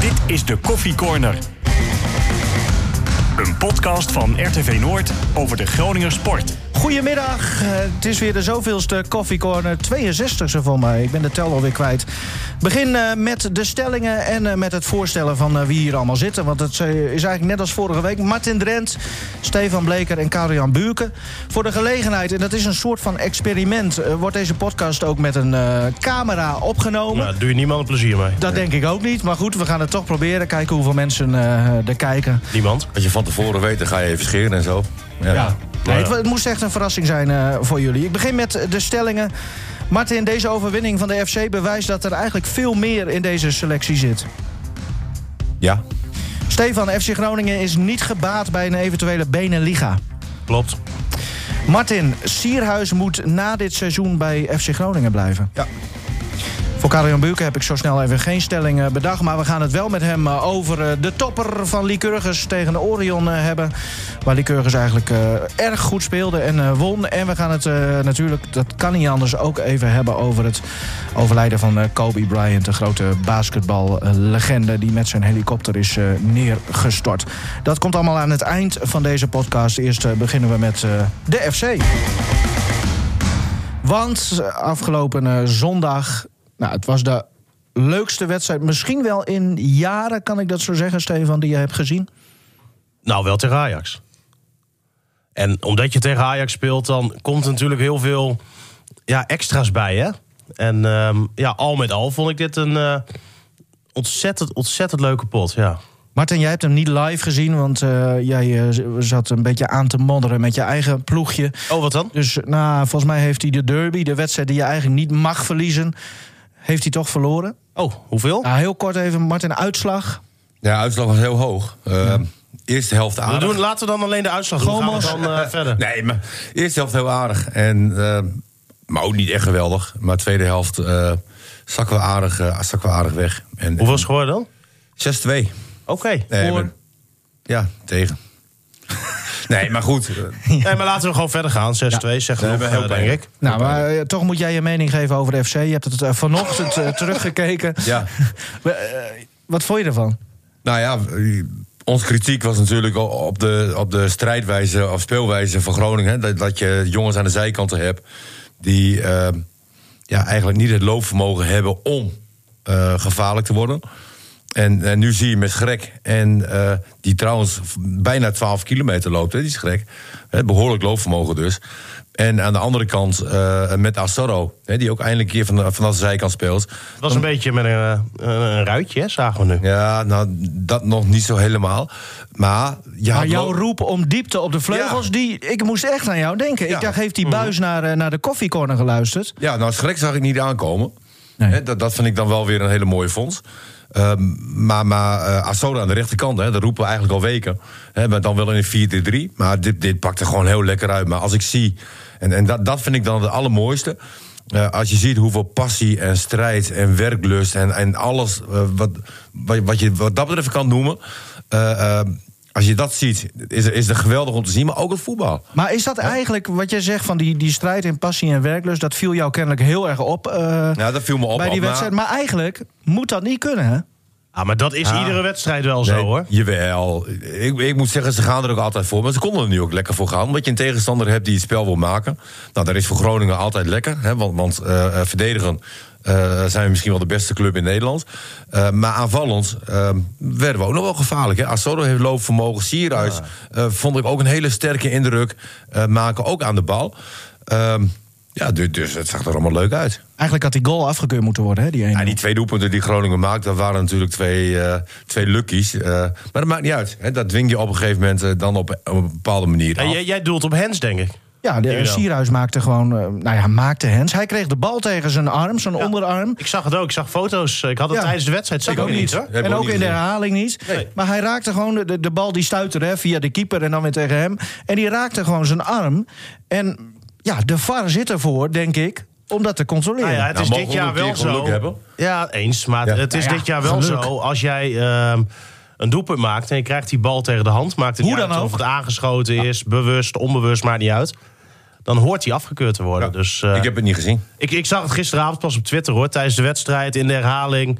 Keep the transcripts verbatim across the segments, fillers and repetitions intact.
Dit is de Koffie Corner. Een podcast van R T V Noord over de Groninger sport. Goedemiddag, het is weer de zoveelste Koffie Corner, tweeënzestigste voor mij. Ik ben de tel alweer kwijt. Begin uh, met de stellingen en uh, met het voorstellen van uh, wie hier allemaal zitten. Want het uh, is eigenlijk net als vorige week. Martin Drent, Stefan Bleker en Karel-Jan Buurken. Voor de gelegenheid, en dat is een soort van experiment... Uh, wordt deze podcast ook met een uh, camera opgenomen. Nou, daar doe je niemand een plezier mee. Dat denk ik ook niet, maar goed, we gaan het toch proberen. Kijken hoeveel mensen uh, er kijken. Niemand. Als je van tevoren weet, dan ga je even scheren en zo. Ja. Ja. Nee, het, het moest echt een verrassing zijn uh, voor jullie. Ik begin met de stellingen. Martin, deze overwinning van de F C bewijst dat er eigenlijk veel meer in deze selectie zit. Ja. Stefan, F C Groningen is niet gebaat bij een eventuele Beneliga. Klopt. Martin, Sierhuis moet na dit seizoen bij F C Groningen blijven. Ja. Voor Karel-Jan Buurken heb ik zo snel even geen stelling bedacht... maar we gaan het wel met hem over de topper van Lycurgus tegen de Orion hebben... waar Lycurgus eigenlijk uh, erg goed speelde en uh, won. En we gaan het uh, natuurlijk, dat kan niet anders, ook even hebben over het overlijden van uh, Kobe Bryant... de grote basketballegende die met zijn helikopter is uh, neergestort. Dat komt allemaal aan het eind van deze podcast. Eerst uh, beginnen we met uh, de F C. Want uh, afgelopen uh, zondag... Nou, het was de leukste wedstrijd, misschien wel in jaren, kan ik dat zo zeggen, Stefan, die je hebt gezien? Nou, wel tegen Ajax. En omdat je tegen Ajax speelt, dan komt er natuurlijk heel veel ja, extra's bij, hè? En um, ja, al met al vond ik dit een uh, ontzettend, ontzettend leuke pot, ja. Martin, jij hebt hem niet live gezien, want uh, jij uh, zat een beetje aan te modderen met je eigen ploegje. Oh, wat dan? Dus nou, volgens mij heeft hij de derby, de wedstrijd die je eigenlijk niet mag verliezen... heeft hij toch verloren. Oh, hoeveel? Nou, heel kort even, Martin, uitslag. Ja, de uitslag was heel hoog. Uh, ja. Eerste helft aardig. We doen, laten we dan alleen de uitslag doen. Gaan we dan uh, verder? Nee, maar eerste helft heel aardig. En, uh, maar ook niet echt geweldig. Maar tweede helft uh, zakken we aardig, uh, zakken we aardig weg. En, hoeveel is het geworden dan? zes twee. Oké. Okay, nee, voor... Ja, tegen. Nee, maar goed. Nee, maar laten we gewoon verder gaan. zes twee, ja. Zeg nee, nog, heel uh, denk ik. Nou, maar uh, toch moet jij je mening geven over de F C. Je hebt het uh, vanochtend uh, teruggekeken. Ja. uh, wat vond je ervan? Nou ja, onze kritiek was natuurlijk op de, op de strijdwijze of speelwijze van Groningen. Hè, dat, dat je jongens aan de zijkanten hebt die uh, ja, eigenlijk niet het loopvermogen hebben om uh, gevaarlijk te worden. En, en nu zie je met Schrek, en uh, die trouwens bijna twaalf kilometer loopt, hè, die Schrek. Hè, behoorlijk loopvermogen dus. En aan de andere kant uh, met Asoro, hè, die ook eindelijk een keer van, vanaf de zijkant speelt. Het was een Dan, beetje met een, een ruitje, hè, zagen we nu. Ja, nou, dat nog niet zo helemaal. Maar, ja, maar jouw roep om diepte op de vleugels, ja. die, ik moest echt aan jou denken. Ja. Ik dacht, heeft die buis mm. naar, naar de koffiecorner geluisterd? Ja, nou, Schrek zag ik niet aankomen. Nee. Hè, dat, dat vind ik dan wel weer een hele mooie fonds. Um, maar maar uh, Asoro aan de rechterkant, hè, dat roepen we eigenlijk al weken. Hè, maar dan wel in een vier drie drie. Maar dit, dit pakt er gewoon heel lekker uit. Maar als ik zie, en, en dat, dat vind ik dan het allermooiste. Uh, als je ziet hoeveel passie en strijd en werklust en, en alles uh, wat, wat, wat je wat dat betreft kan noemen. Uh, uh, Als je dat ziet, is, is het geweldig om te zien, maar ook het voetbal. Maar is dat ja? eigenlijk, wat jij zegt van die, die strijd en passie en werklust... dat viel jou kennelijk heel erg op, uh, ja, dat viel me op bij die wedstrijd. Maar... maar eigenlijk moet dat niet kunnen, hè? Ah, maar dat is ah. iedere wedstrijd wel nee, zo, hoor. Jawel. Ik, ik moet zeggen, ze gaan er ook altijd voor. Maar ze konden er nu ook lekker voor gaan. Omdat je een tegenstander hebt die het spel wil maken. Nou, dat is voor Groningen altijd lekker. Hè, want want uh, verdedigen... Uh, zijn we misschien wel de beste club in Nederland. Uh, maar aanvallend uh, werden we ook nog wel gevaarlijk. Hè? Asoro heeft loopvermogen. Sierhuis uh, vond ik ook een hele sterke indruk uh, maken, ook aan de bal. Uh, ja, dus, dus het zag er allemaal leuk uit. Eigenlijk had die goal afgekeurd moeten worden, hè? Die, ene. Ja, die twee doelpunten die Groningen maakt, dat waren natuurlijk twee, uh, twee luckies. Uh, maar dat maakt niet uit. Hè? Dat dwing je op een gegeven moment uh, dan op, op een bepaalde manier af. En jij, jij doelt op Hens, denk ik. Ja, de Sierhuis maakte gewoon, uh, nou ja, maakte Hens. Hij kreeg de bal tegen zijn arm, zijn ja, onderarm. Ik zag het ook, ik zag foto's. Ik had het ja. tijdens de wedstrijd zeker ook niet, hoor. En ook in de herhaling niet. Nee. Maar hij raakte gewoon, de, de bal die stuitte hè, via de keeper en dan weer tegen hem. En die raakte gewoon zijn arm. En ja, de V A R zit ervoor, denk ik, om dat te controleren. Nou ja, het is nou, dit jaar wel zo. Hebben? Ja, eens. Maar ja. het is nou ja, dit jaar wel geluk. zo. Als jij uh, een doelpunt maakt en je krijgt die bal tegen de hand, maakt het Hoe niet dan uit ook? of het aangeschoten ja. is, bewust, onbewust, maakt niet uit. Dan hoort hij afgekeurd te worden. Ja, dus, uh, ik heb het niet gezien. Ik, ik zag het gisteravond pas op Twitter, hoor. Tijdens de wedstrijd, in de herhaling.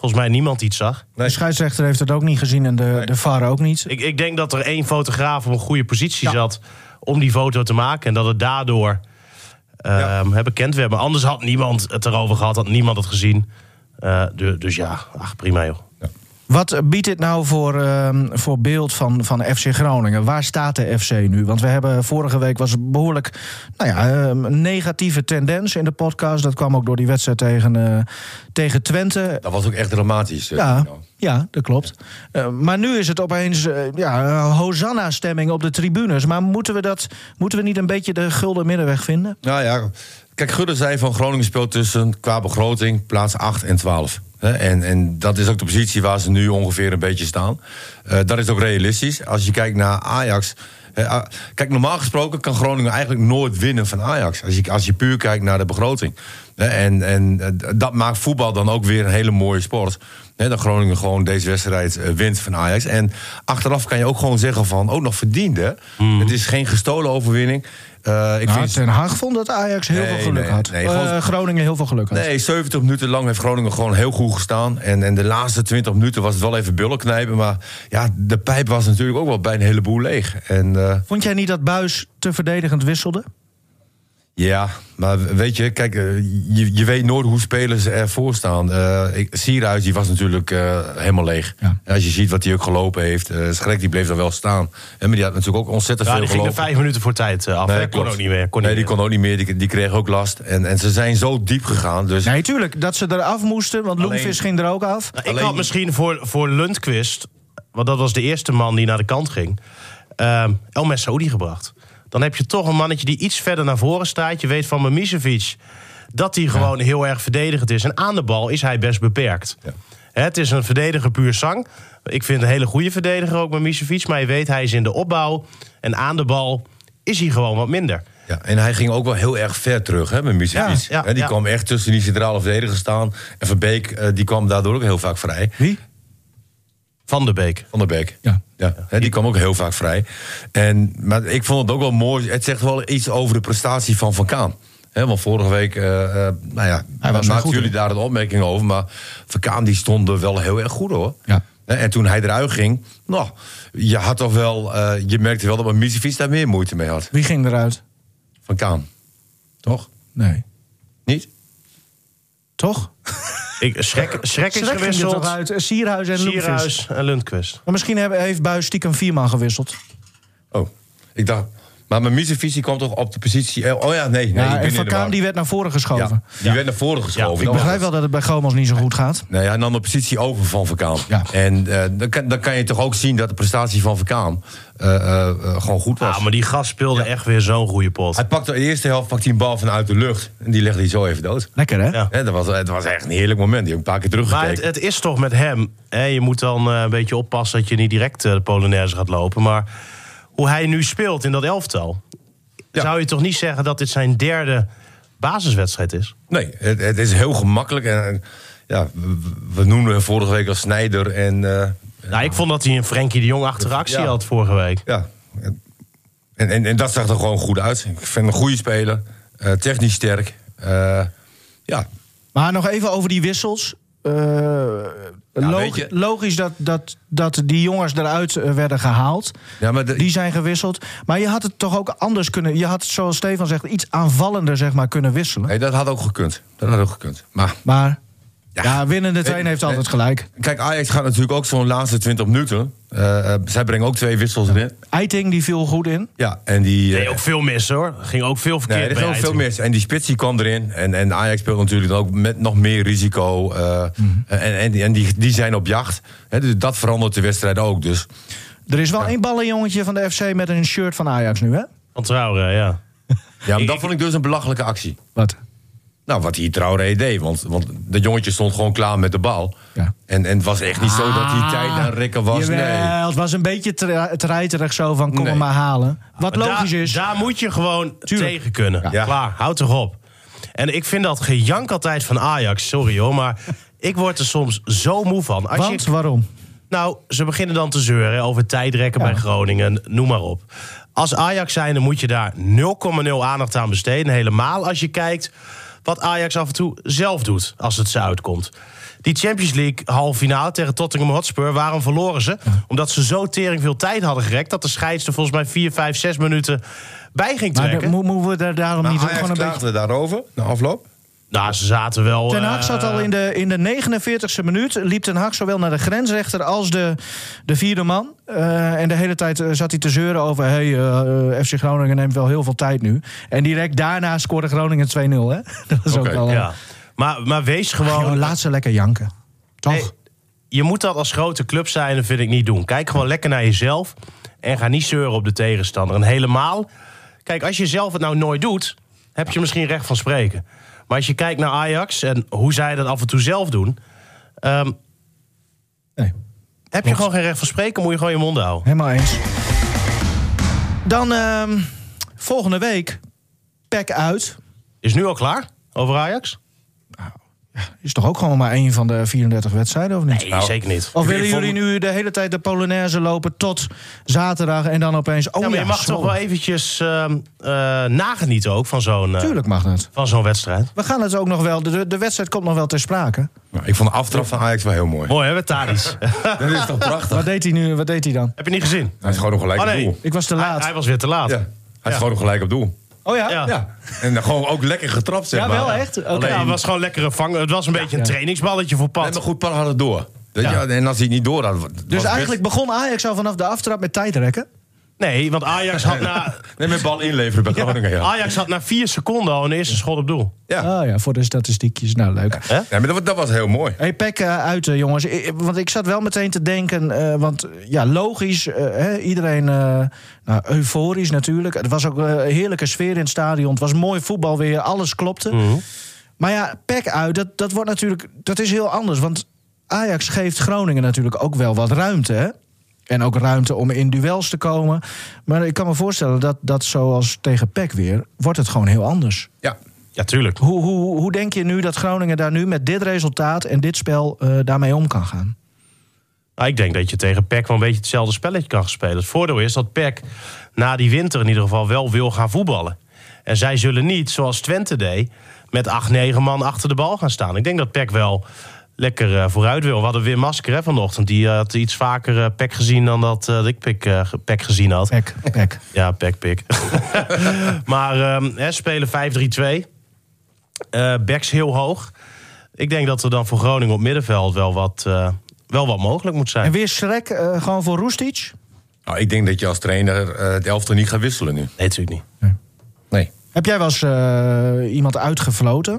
volgens mij niemand iets zag. De scheidsrechter heeft het ook niet gezien en de, nee. de V A R ook niet. Ik, ik denk dat er één fotograaf op een goede positie ja. zat om die foto te maken. En dat het daardoor uh, ja. bekend werd. Maar anders had niemand het erover gehad, had niemand het gezien. Uh, de, dus ja, ach, prima joh. Ja. Wat biedt dit nou voor, uh, voor beeld van, van F C Groningen? Waar staat de F C nu? Want we hebben vorige week was behoorlijk nou ja, een negatieve tendens in de podcast. Dat kwam ook door die wedstrijd tegen, uh, tegen Twente. Dat was ook echt dramatisch. Uh, ja, ja, dat klopt. Uh, maar nu is het opeens uh, ja, Hosanna-stemming op de tribunes. Maar moeten we, dat, moeten we niet een beetje de gulden middenweg vinden? Nou ja, kijk, Gudde zei van Groningen speelt tussen qua begroting plaats acht en twaalf. En, en dat is ook de positie waar ze nu ongeveer een beetje staan. Uh, dat is ook realistisch. Als je kijkt naar Ajax. Uh, kijk, normaal gesproken kan Groningen eigenlijk nooit winnen van Ajax. Als je, als je puur kijkt naar de begroting. Uh, en, en uh, dat maakt voetbal dan ook weer een hele mooie sport. Uh, dat Groningen gewoon deze wedstrijd uh, wint van Ajax. En achteraf kan je ook gewoon zeggen van, ook nog verdiende. Mm. Het is geen gestolen overwinning. Uh, ik nou, vind... Ten Hag vond dat Ajax heel nee, veel geluk nee, had. Nee, uh, Groningen heel veel geluk had. Nee, zeventig minuten lang heeft Groningen gewoon heel goed gestaan. En, en de laatste twintig minuten was het wel even bullen knijpen. Maar ja, de pijp was natuurlijk ook wel bij een heleboel leeg. En, uh... Vond jij niet dat Buijs te verdedigend wisselde? Ja, maar weet je, kijk, je, je weet nooit hoe spelers ervoor staan. Uh, Sierhuis, die was natuurlijk uh, helemaal leeg. Ja. Als je ziet wat hij ook gelopen heeft. Uh, Schrek, die bleef er wel staan. En maar die had natuurlijk ook ontzettend ja, veel gelopen. die ging er vijf minuten voor tijd af. Nee, kon ook niet meer. Kon nee, niet die meer. kon ook niet meer. Die, die kreeg ook last. En, en ze zijn zo diep gegaan. Dus... Nee, tuurlijk, dat ze eraf moesten, want Loenvis ging er ook af. Nou, ik Alleen... had misschien voor, voor Lundqvist, want dat was de eerste man die naar de kant ging, uh, El Messoudi gebracht. Dan heb je toch een mannetje die iets verder naar voren staat. Je weet van Mimicevic dat hij gewoon ja. heel erg verdedigend is. En aan de bal is hij best beperkt. Ja. Het is een verdediger puur zang. Ik vind een hele goede verdediger ook Mimicevic. Maar je weet, hij is in de opbouw. En aan de bal is hij gewoon wat minder. Ja, en hij ging ook wel heel erg ver terug hè, met Mimicevic. Ja, ja, die ja. kwam echt tussen die centrale verdedigers staan. En Verbeek uh, die kwam daardoor ook heel vaak vrij. Wie? Van der Beek. Van der Beek. Ja. Ja, hè, die kwam ook heel vaak vrij. En, maar ik vond het ook wel mooi. Het zegt wel iets over de prestatie van Van Kaam. He, want vorige week, uh, uh, nou ja, maakten jullie daar een opmerking over. Maar Van Kaam die stond er wel heel erg goed hoor. Ja. En toen hij eruit ging, nou, je had toch wel, uh, je merkte wel dat Mimicevic daar meer moeite mee had. Wie ging eruit? Van Kaam. Toch? Nee. Niet? Toch? Ik, Schrek, Schrek is Schrek gewisseld. Uit. Sierhuis en Sierhuis en Lundqvist. Maar misschien heeft Buijs stiekem vier man gewisseld. Oh, ik dacht... Maar Mimicevic kwam toch op de positie... Oh ja, nee. nee ja, en Van Kaam die werd naar voren geschoven. Ja, die ja. werd naar voren geschoven. Ja, ik begrijp wel dat het bij Gomels niet zo goed gaat. Nee, hij nam de positie over van Van Kaam. Ja. En uh, dan, kan, dan kan je toch ook zien dat de prestatie van Van Kaam uh, uh, gewoon goed was. Ja, maar die gast speelde ja. echt weer zo'n goede pot. Hij pakte de eerste helft pakte hij een bal vanuit de lucht. En die legde hij zo even dood. Lekker, hè? Ja. Ja, dat, was, dat was echt een heerlijk moment. Die heb ik een paar keer teruggekeken. Maar het, het is toch met hem... Hè, je moet dan uh, een beetje oppassen dat je niet direct uh, de Polonaise gaat lopen. Maar hoe hij nu speelt in dat elftal... Ja. Zou je toch niet zeggen dat dit zijn derde basiswedstrijd is? Nee, het, het is heel gemakkelijk. En, ja, we, we noemden vorige week als Sneijder. En, uh, nou, ik vond dat hij een Frenkie de Jong achter actie ja. had vorige week. Ja, en, en, en dat zag er gewoon goed uit. Ik vind een goede speler, uh, technisch sterk. Uh, ja. Maar nog even over die wissels. Uh, ja, log- logisch dat, dat, dat die jongens eruit werden gehaald. Ja, maar de... Die zijn gewisseld. Maar je had het toch ook anders kunnen... Je had, zoals Stefan zegt, iets aanvallender zeg maar, kunnen wisselen. Nee, dat had ook gekund. Dat had ook gekund. Maar... maar ja, ja, winnende trainer heeft altijd gelijk. Kijk, Ajax gaat natuurlijk ook zo'n laatste twintig minuten. Uh, zij brengen ook twee wissels ja. erin. Eiting, die viel goed in. Ja, en die... Nee, ook veel mis, hoor. Ging ook veel verkeerd. Nee, er ging ook veel mis. En die spits die kwam erin. En, en Ajax speelt natuurlijk ook met nog meer risico. Uh, mm. En, en, en die, die zijn op jacht. He, dus dat verandert de wedstrijd ook. Dus. Er is wel ja. één ballenjongetje van de F C met een shirt van Ajax nu, hè? Van Traoré, ja. Ja, maar dat vond ik dus een belachelijke actie. Wat? Nou, wat hij Traoré deed. Want, want dat jongetje stond gewoon klaar met de bal. Ja. En, en het was echt niet ah, zo dat hij tijd aan het rekken was. Jawel, nee. Het was een beetje treiterig zo van kom nee. maar halen. Wat maar logisch daar, is. Daar moet je gewoon Tuurlijk. tegen kunnen. Ja. Ja. Klaar, houd toch op. En ik vind dat gejank altijd van Ajax. Sorry hoor, maar ik word er soms zo moe van. Als Want, je... waarom? Nou, ze beginnen dan te zeuren over tijdrekken ja. bij Groningen. Noem maar op. Als Ajax zijnde moet je daar nul komma nul aandacht aan besteden. Helemaal als je kijkt wat Ajax af en toe zelf doet als het zo uitkomt. Die Champions League halve finale tegen Tottenham Hotspur, waarom verloren ze? Ja. Omdat ze zo tering veel tijd hadden gerekt dat de scheids er volgens mij vier, vijf, zes minuten bij ging trekken. Maar moeten we daar daarom maar niet Ajax gewoon een klaagde beetje... daarover, na afloop? Nou, ze zaten wel... Ten Hag zat al in de, in de negenenveertigste minuut. Liep Ten Hag zowel naar de grensrechter als de, de vierde man. Uh, en de hele tijd uh, zat hij te zeuren over... hey, uh, F C Groningen neemt wel heel veel tijd nu. En direct daarna scoorde Groningen twee nul. Hè? Dat is okay, ook wel... Uh... Ja. Maar, maar wees gewoon... Ach, laat ze lekker janken. Toch? Nee, je moet dat als grote club zijn, dat vind ik niet doen. Kijk gewoon lekker naar jezelf. En ga niet zeuren op de tegenstander. En helemaal... Kijk, als je zelf het nou nooit doet... heb je misschien recht van spreken. Maar als je kijkt naar Ajax en hoe zij dat af en toe zelf doen... Um, nee, heb klopt. je gewoon geen recht van spreken, moet je gewoon je mond houden. Helemaal eens. Dan um, volgende week, P E C uit. Is nu al klaar over Ajax? Ja, is toch ook gewoon maar één van de vierendertig wedstrijden, of niet? Nee, nou, zeker niet. Of willen jullie nu de hele tijd de Polonaise lopen tot zaterdag... en dan opeens... Oh ja, maar ja, je mag zo. toch wel eventjes uh, uh, nagenieten ook van zo'n, uh, Tuurlijk mag dat. van zo'n wedstrijd. We gaan het ook nog wel... De, de wedstrijd komt nog wel ter sprake. Nou, ik vond de aftrap van Ajax wel heel mooi. Mooi, hè, met Tadic. Dat is toch prachtig? Wat deed hij nu? Wat deed hij dan? Heb je niet gezien? Hij is gewoon nog gelijk Oh, nee. op doel. Ik was te laat. Hij, hij was weer te laat. Ja, hij is Ja. gewoon nog gelijk op doel. Oh ja? Ja. Ja. En dan gewoon ook lekker getrapt, zeg Ja, maar. wel echt? Oké. Ja, het was gewoon lekkere vangen. Het was een beetje een Ja. trainingsballetje voor Pat. Nee, maar goed, Pan had het door. Weet Ja. je? En als hij het niet door had... was het Dus best- eigenlijk begon Ajax al vanaf de aftrap met tijdrekken? Nee, want Ajax had na... Nee, met bal inleveren bij Groningen, ja. Ajax had na vier seconden al een eerste schot op doel. Ja. Oh ja, voor de statistiekjes. Nou, leuk. Hè? Nee, maar dat, dat was heel mooi. Hey, P E C uh, uit, uh, jongens. I- want ik zat wel meteen te denken... Uh, want ja, logisch, uh, hè, iedereen uh, nou, euforisch natuurlijk. Het was ook uh, een heerlijke sfeer in het stadion. Het was mooi voetbal weer, alles klopte. Mm-hmm. Maar ja, P E C uit, dat, dat wordt natuurlijk... Dat is heel anders, want Ajax geeft Groningen natuurlijk ook wel wat ruimte, hè? En ook ruimte om in duels te komen. Maar ik kan me voorstellen dat, dat zoals tegen P E C weer... wordt het gewoon heel anders. Ja. Ja, tuurlijk. Hoe, hoe, hoe denk je nu dat Groningen daar nu met dit resultaat en dit spel uh, daarmee om kan gaan? Nou, ik denk dat je tegen P E C wel een beetje hetzelfde spelletje kan gaan spelen. Het voordeel is dat P E C na die winter in ieder geval wel wil gaan voetballen. En zij zullen niet, zoals Twente deed, met acht, negen man achter de bal gaan staan. Ik denk dat P E C wel lekker uh, vooruit wil. We hadden weer Masker hè, vanochtend. Die uh, had iets vaker uh, P E C gezien dan dat uh, ik P E C, uh, P E C gezien had. P E C, P E C. Ja, P E C, P E C. Maar um, hè, spelen vijf drie twee. Uh, backs heel hoog. Ik denk dat er dan voor Groningen op middenveld wel wat, uh, wel wat mogelijk moet zijn. En weer Schrek, uh, gewoon voor Roestic? Nou, ik denk dat je als trainer uh, het elftal niet gaat wisselen nu. Nee, natuurlijk niet. Nee. Heb jij wel eens uh, iemand uitgefloten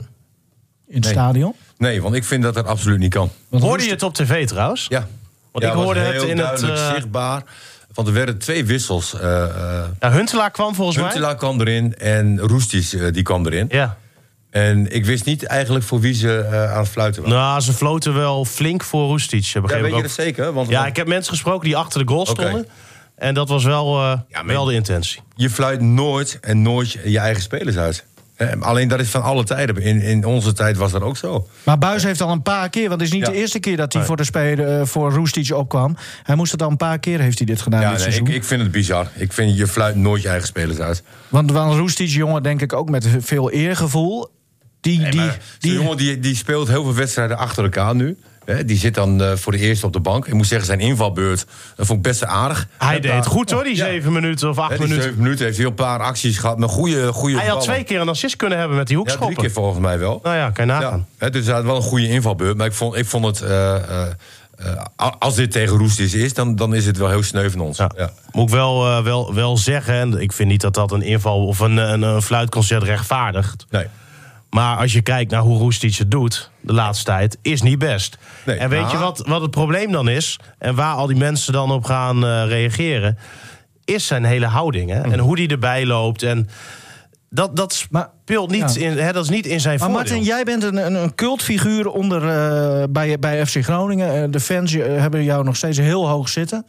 in het Nee. stadion? Nee, want ik vind dat dat absoluut niet kan. Want Hoorde je Roestic- het op tv trouwens? Ja. Want ja, ik hoorde was het heel in het... duidelijk Uh, zichtbaar. Want er werden twee wissels. Uh, uh, ja, Huntelaar kwam volgens mij. Huntelaar kwam erin en Roestic uh, die kwam erin. Ja. En ik wist niet eigenlijk voor wie ze uh, aan het fluiten waren. Nou, ze floten wel flink voor Roestic. ja, begreep weet ik je ook. dat zeker? Want, Ja, want ik heb mensen gesproken die achter de goal Oké. stonden. En dat was wel, uh, Ja, maar- wel de intentie. je fluit nooit en nooit je eigen spelers uit. Hè, alleen dat is van alle tijden. In, in onze tijd was dat ook zo. Maar Buijs heeft al een paar keer, want het is niet Ja. de eerste keer dat hij Nee. voor de speler uh, voor Roestic opkwam. Hij moest het al een paar keer, heeft hij dit gedaan Ja, dit nee, seizoen. ik, ik vind het bizar. Ik vind je fluit nooit je eigen spelers uit. Want, want Roestic, jongen, denk ik ook met veel eergevoel. Die, Nee, die, maar die, zo'n jongen die, die speelt heel veel wedstrijden achter elkaar nu. Hè, die zit dan uh, voor de eerste op de bank. Ik moet zeggen, zijn invalbeurt dat vond ik best aardig. Hij Een deed paar- het goed hoor, die Ja. zeven minuten of acht Hè, die minuten. zeven minuten heeft hij een paar acties gehad met goede, goede Hij had ballen. twee keer een assist kunnen hebben met die Ja, drie hoekschoppen. keer volgens mij wel. Nou ja, kan je nagaan. Ja, hè, dus hij had wel een goede invalbeurt. Maar ik vond, ik vond het... uh, uh, uh, als dit tegen Roestic is, dan, dan is het wel heel sneu van ons. Ja. Ja. Moet ik wel, uh, wel, wel zeggen, en ik vind niet dat dat een inval of een, een, een fluitconcert rechtvaardigt. Nee. Maar als je kijkt naar hoe Roestic het doet de laatste tijd, is niet best. Nee, en weet maar- je wat, wat het probleem dan is? En waar al die mensen dan op gaan uh, reageren, is zijn hele houding. Hè? En hoe die erbij loopt. En dat, dat Maar- speelt niet, ja. in, hè, dat is niet in zijn Maar voordeel. Martin, jij bent een, een, een cultfiguur onder, uh, bij, bij F C Groningen. Uh, de fans uh, hebben jou nog steeds heel hoog zitten.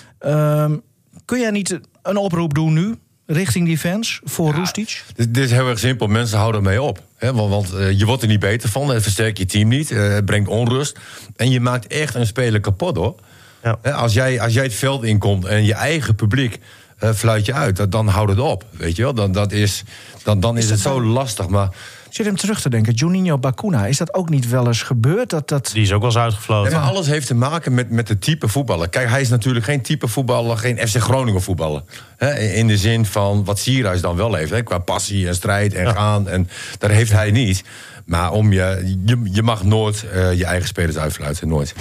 Um, kun jij niet een oproep doen nu richting die fans voor Ja, Roestic? Dit, dit is heel erg simpel. Mensen houden ermee op. Hè? Want, want uh, je wordt er niet beter van. Het versterkt je team niet. Uh, het brengt onrust. En je maakt echt een speler kapot, hoor. Ja. Hè, als, jij, als jij het veld inkomt en je eigen publiek uh, fluit je uit, dat, dan houdt het op. Weet je wel? Dan, dat is, dan, dan is, Is het dat zo zo? lastig. Maar Ik zit hem terug te denken. Juninho Bacuna, is dat ook niet wel eens gebeurd? Dat, dat... Die is ook wel eens uitgevlogen. Nee, maar alles heeft te maken met, met het type voetballer. Kijk, hij is natuurlijk geen type voetballer, geen F C Groningen voetballer. He, in de zin van wat Sierhuis dan wel heeft. He, qua passie en strijd en ja. gaan. En dat heeft hij niet. Maar om je, je, je mag nooit uh, je eigen spelers uitfluiten. Nooit.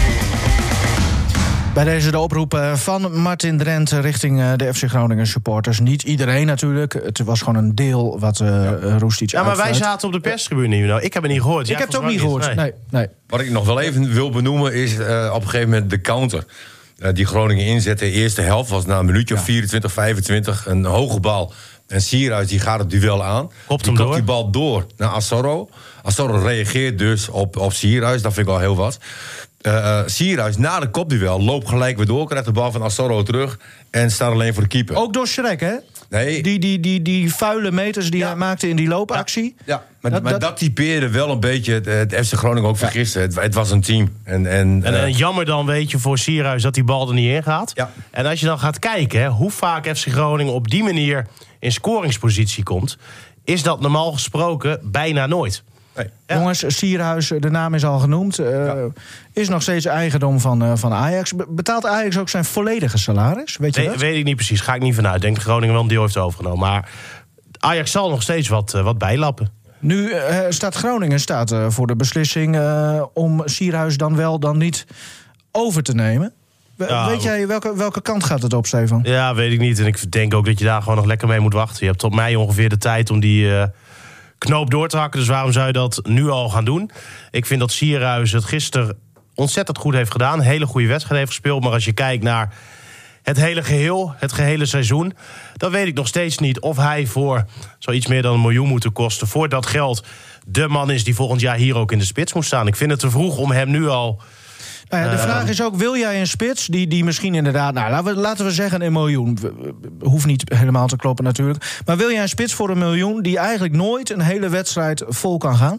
Bij deze de oproep van Martin Drent richting de F C Groningen supporters. Niet iedereen natuurlijk. Het was gewoon een deel wat uh, ja. Roestic Ja, maar uitfluit. Wij zaten op de perstribune. You know. Ik heb het niet gehoord. Ik heb het ook niet gehoord. Nee. Nee, nee. Wat ik nog wel even wil benoemen is uh, op een gegeven moment de counter. Uh, die Groningen inzette. De eerste helft was na een minuutje ja. of vierentwintig, vijfentwintig. Een hoge bal. En Sierhuis die gaat het duel aan. Kopt die hem kopt door. die bal door naar Asoro. Asoro reageert dus op, op Sierhuis. Dat vind ik al heel wat. Uh, uh, Sierhuis na de kopduel loopt gelijk weer door. Krijgt de bal van Asoro terug. En staat alleen voor de keeper. Ook door Schrek, hè? Nee. Die, die, die, die vuile meters die ja. hij maakte in die loopactie. Ja, ja. Maar, dat, maar dat... dat typeerde wel een beetje het, het F C Groningen ook vergisten. Ja. Het, het was een team. En, en, en, uh... en jammer dan, weet je, voor Sierhuis dat die bal er niet in gaat. Ja. En als je dan gaat kijken hè, hoe vaak F C Groningen op die manier in scoringspositie komt, is dat normaal gesproken bijna nooit. Nee. Ja. Jongens, Sierhuis, de naam is al genoemd. Uh, ja. Is nog steeds eigendom van, uh, van Ajax. Betaalt Ajax ook zijn volledige salaris? Weet je nee, dat? Weet ik niet precies. Ga ik niet vanuit. Ik denk dat Groningen wel een deel heeft overgenomen. Maar Ajax zal nog steeds wat, uh, wat bijlappen. Nu uh, staat Groningen staat, uh, voor de beslissing uh, om Sierhuis dan wel dan niet over te nemen. Ja, weet jij welke, welke kant gaat het op, Stefan? Ja, weet ik niet. En ik denk ook dat je daar gewoon nog lekker mee moet wachten. Je hebt tot mei ongeveer de tijd om die uh, knoop door te hakken. Dus waarom zou je dat nu al gaan doen? Ik vind dat Sierhuis het gisteren ontzettend goed heeft gedaan. Een hele goede wedstrijd heeft gespeeld. Maar als je kijkt naar het hele geheel, het gehele seizoen, dan weet ik nog steeds niet of hij voor zoiets meer dan een miljoen moet kosten. Voor dat geld de man is die volgend jaar hier ook in de spits moet staan. Ik vind het te vroeg om hem nu al... Nou ja, de vraag is ook, wil jij een spits die, die misschien inderdaad... Nou, laten we, laten we zeggen een miljoen. Hoeft niet helemaal te kloppen natuurlijk. Maar wil jij een spits voor een miljoen die eigenlijk nooit een hele wedstrijd vol kan gaan?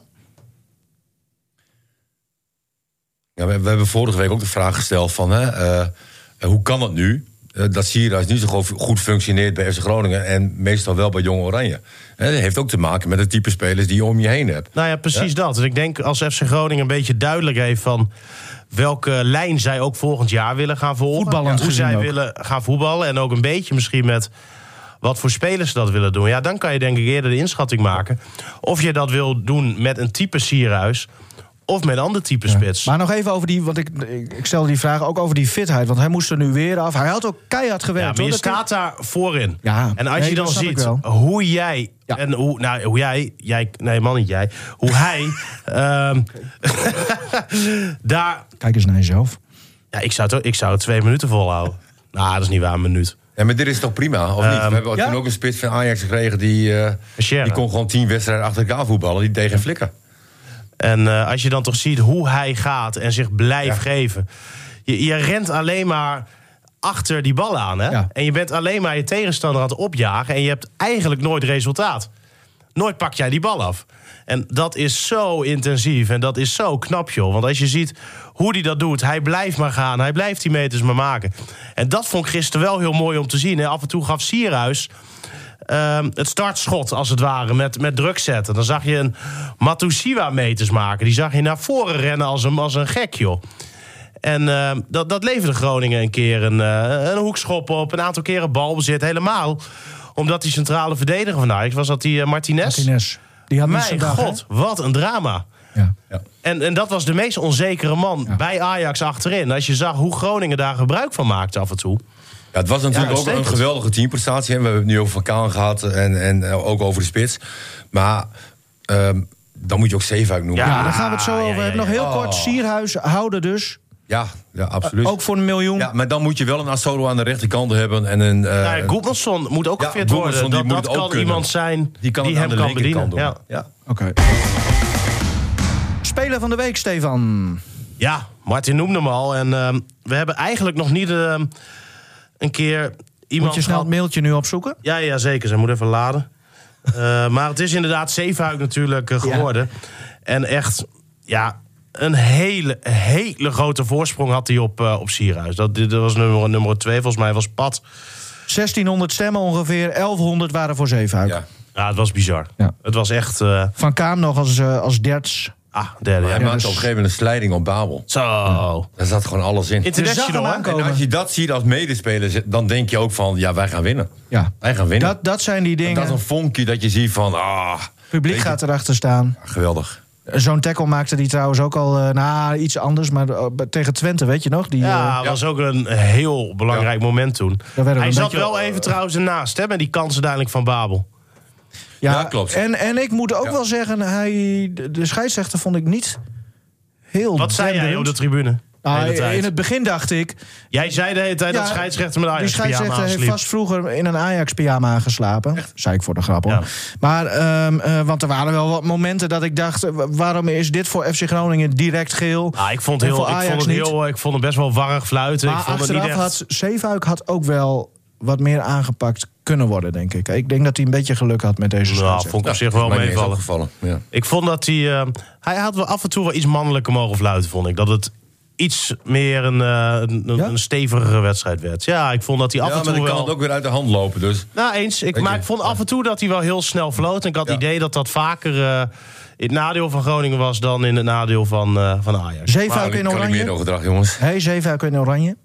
Ja, we, we hebben vorige week ook de vraag gesteld van... Hè, uh, hoe kan het nu uh, dat Sierhuis niet zo goed functioneert bij F C Groningen... en meestal wel bij Jong Oranje? Hè, dat heeft ook te maken met het type spelers die je om je heen hebt. Nou ja, precies ja? dat. En ik denk als F C Groningen een beetje duidelijk heeft van welke lijn zij ook volgend jaar willen gaan volgen. Voetballend ja, hoe zij ook. willen gaan voetballen. En ook een beetje misschien met wat voor spelers ze dat willen doen. Ja, dan kan je denk ik eerder de inschatting maken of je dat wil doen met een type Sierhuis of met een ander type ja. spits. Maar nog even over die, want ik, ik stelde die vraag ook over die fitheid. Want hij moest er nu weer af. Hij had ook keihard gewerkt. Ja, maar je hoor, staat dat daar voorin. Ja, en als nee, je dan dat snap ik ziet wel. hoe jij... Ja. En hoe, nou, hoe jij, jij... Nee, man, niet jij. Hoe hij... um, daar... Kijk eens naar jezelf. Ja, ik zou het, ik zou het twee minuten volhouden. Nou, dat is niet waar, een minuut. Ja, maar dit is toch prima, of niet? Um, We hebben ja? toen ook een spits van Ajax gekregen... die, uh, die kon gewoon tien wedstrijden achter elkaar voetballen. Die deed geen flikker. En uh, als je dan toch ziet hoe hij gaat en zich blijft Ja. geven. Je, je rent alleen maar achter die bal aan. Hè? Ja. En je bent alleen maar je tegenstander aan het opjagen. En je hebt eigenlijk nooit resultaat. Nooit pak jij die bal af. En dat is zo intensief en dat is zo knap, joh. Want als je ziet hoe hij dat doet, hij blijft maar gaan. Hij blijft die meters maar maken. En dat vond ik gisteren wel heel mooi om te zien. Hè? Af en toe gaf Sierhuis Uh, het startschot, als het ware, met, met druk zetten. Dan zag je een Matusiwa meters maken. Die zag je naar voren rennen als een, als een gek, joh. En uh, dat, dat leverde Groningen een keer een, uh, een hoekschop op. Een aantal keren balbezit. Helemaal omdat die centrale verdediger van Ajax was dat die uh, Martinez. Martinez. Die had Mijn dag, god, hè? Wat een drama. Ja. Ja. En, en dat was de meest onzekere man ja. bij Ajax achterin. Als je zag hoe Groningen daar gebruik van maakte af en toe. Ja, het was natuurlijk Ja, ook een uitstekend. geweldige teamprestatie. En we hebben het nu over Van Kaan gehad en, en ook over de spits. Maar um, dan moet je ook Zeefuik noemen. Ja, Ja, daar gaan we het zo ja, over ja, hebben. Nog heel ja. kort, Sierhuis houden dus. Ja, ja, absoluut. Uh, ook voor een miljoen. Ja, maar dan moet je wel een Asolo aan de rechterkant hebben. En een, uh, Nou ja, Goedmanson moet ook Ja, gefit worden. Goedmanson, die Dat, moet dat het ook kan kunnen. iemand zijn die kan die het aan hem de kan bedienen. linkerkant doen. Ja. Ja. Oké. Speler van de week, Stefan. Ja, Martin noemde hem al. En uh, we hebben eigenlijk nog niet uh, een keer iemand... Moet je snel het mailtje nu opzoeken? Ja, ja, zeker. Zij moet even laden. uh, maar het is inderdaad Zeefuik natuurlijk uh, geworden. Ja. En echt, ja, een hele, hele grote voorsprong had hij op, uh, op Sierhuis. Dat, dat was nummer, nummer twee, volgens mij was Pat. zestienhonderd stemmen ongeveer, elfhonderd waren voor Zeefuik. Ja. Ja, het was bizar. Ja. Het was echt... Uh... Van Kaam nog als, uh, als derts. Ah, derde. Hij Ja, maakte dus- op een gegeven moment een slijding op Babel. Zo. Ja. Daar zat gewoon alles in. International, hè? En als je dat ziet als medespeler, dan denk je ook van, ja, wij gaan winnen. Ja. Wij gaan winnen. Dat, dat zijn die dingen. Dat is een vonkje dat je ziet van, ah... Publiek gaat erachter staan. Ja, geweldig. Zo'n tackle maakte die trouwens ook al, uh, nou, iets anders. Maar uh, tegen Twente, weet je nog? Die, Ja, dat uh, was ook een heel belangrijk Ja. moment toen. Daar werden we Hij een zat beetje- wel even trouwens ernaast, hè, met die kansen uiteindelijk van Babel. Ja, klopt. En, en ik moet ook Ja. wel zeggen, hij, de, de scheidsrechter vond ik niet heel Wat zei jij denderend. op de tribune? De Nou, hele tijd. in het begin dacht ik... Jij zei de hele tijd Ja, dat scheidsrechter met Die Ajax pyjama scheidsrechter heeft aansliep. vast vroeger in een Ajax-pyjama geslapen. Zei ik voor de grap, hoor. Ja. Maar, um, uh, want er waren wel wat momenten dat ik dacht... uh, waarom is dit voor F C Groningen direct geel? Ah, ik vond, En heel, voor ik, Ajax vond het niet. heel, ik vond het best wel warrig fluiten. Maar ik vond het niet achteraf echt... had Zeefuik had ook wel wat meer aangepakt kunnen worden, denk ik. Ik denk dat hij een beetje geluk had met deze Nou, scheidsrechter. vond ik op zich wel Mij niet eens meevallen. opgevallen. Ja. Ik vond dat hij... Uh, hij had wel af en toe wel iets mannelijker mogen fluiten, vond ik. Dat het iets meer een, uh, een, Ja? een stevigere wedstrijd werd. Ja, ik vond dat hij af Ja, en maar toe dan kan wel... het ook weer uit de hand lopen. Dus. Nou, eens. Ik, Weet maar je, ik vond ja. af en toe dat hij wel heel snel floot. En ik had het Ja. idee dat dat vaker uh, in het nadeel van Groningen was... dan in het nadeel van, uh, van Ajax. Zeefuik Maar in ik kan niet meer oranje. overdrag, jongens. Hé, hey, Zeefuik in oranje.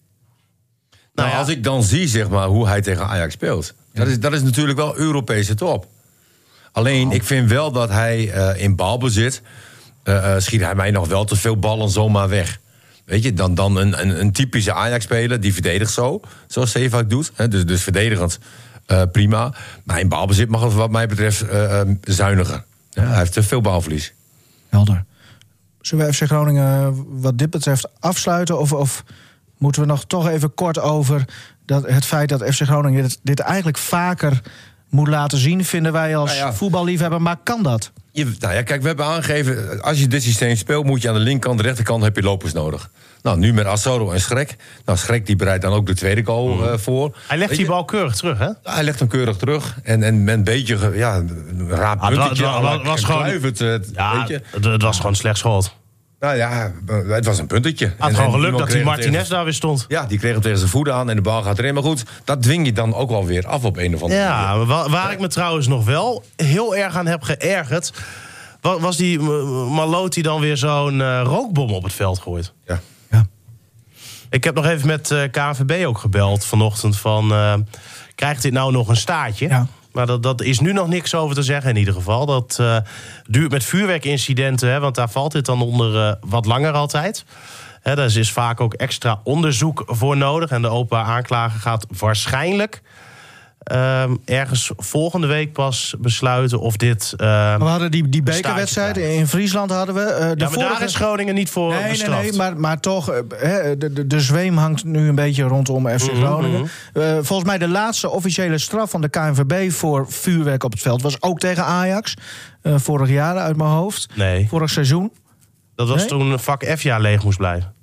Nou, ja. als ik dan zie zeg maar, hoe hij tegen Ajax speelt... Dat, is, dat is natuurlijk wel Europese top. Alleen, ik vind wel dat hij uh, in balbezit... Uh, uh, schiet hij mij nog wel te veel ballen zomaar weg. Weet je, dan, dan een, een, een typische Ajax-speler... die verdedigt zo, zoals Zeefuik doet. Hè, dus, dus verdedigend uh, prima. Maar in balbezit mag het wat mij betreft uh, uh, zuiniger. Ja, hij heeft te veel balverlies. Helder. Zullen we F C Groningen wat dit betreft afsluiten? Of, of moeten we nog toch even kort over dat het feit dat F C Groningen dit, dit eigenlijk vaker moet laten zien, vinden wij als Nou ja. voetballiefhebber. Maar kan dat? Je, nou ja, kijk, we hebben aangegeven... als je dit systeem speelt, moet je aan de linkerkant... de rechterkant heb je lopers nodig. Nou, nu met Asoro en Schrek. Nou, Schrek die bereidt dan ook de tweede goal Mm. uh, voor. Hij legt Weet die je, bal keurig terug, hè? Hij legt hem keurig terug. En, en met een beetje, ge- ja, een raar Ah, het wa- puntetje. het wa- à la was gewoon- Kluivert, uh, Ja, weet je. het, het was gewoon slecht schot. Nou ja, het was een puntetje. Hij had En- gewoon en geluk iemand dat die kreeg hem Martinez tegen- daar weer stond. Ja, die kreeg hem tegen zijn voeten aan en de bal gaat erin. Maar goed, dat dwing je dan ook wel weer af op een of andere manier. Ja, waar, waar ik me trouwens nog wel heel erg aan heb geërgerd... wa- was die uh, Malot die dan weer zo'n uh, rookbom op het veld gooit. Ja. Ja. Ik heb nog even met uh, K N V B ook gebeld vanochtend van... Uh, krijgt dit nou nog een staartje? Ja. Maar dat, dat is nu nog niks over te zeggen in ieder geval. Dat uh, duurt met vuurwerkincidenten, hè, want daar valt dit dan onder uh, wat langer altijd. Hè, daar is vaak ook extra onderzoek voor nodig. En de openbaar aanklager gaat waarschijnlijk... Uh, ergens volgende week pas besluiten of dit... Uh, Maar we hadden die, die Een bekerwedstrijd staartje in Friesland hadden we. Uh, de ja, maar vorige... daar is Groningen niet voor Nee, nee, bestraft. nee, maar, maar toch, uh, hè, de, de, de zweem hangt nu een beetje rondom F C Groningen. Mhm. Uh, volgens mij de laatste officiële straf van de K N V B voor vuurwerk op het veld was ook tegen Ajax. Uh, vorig jaar uit mijn hoofd. Nee, Vorig seizoen. dat was Nee? toen vak F-jaar leeg moest blijven.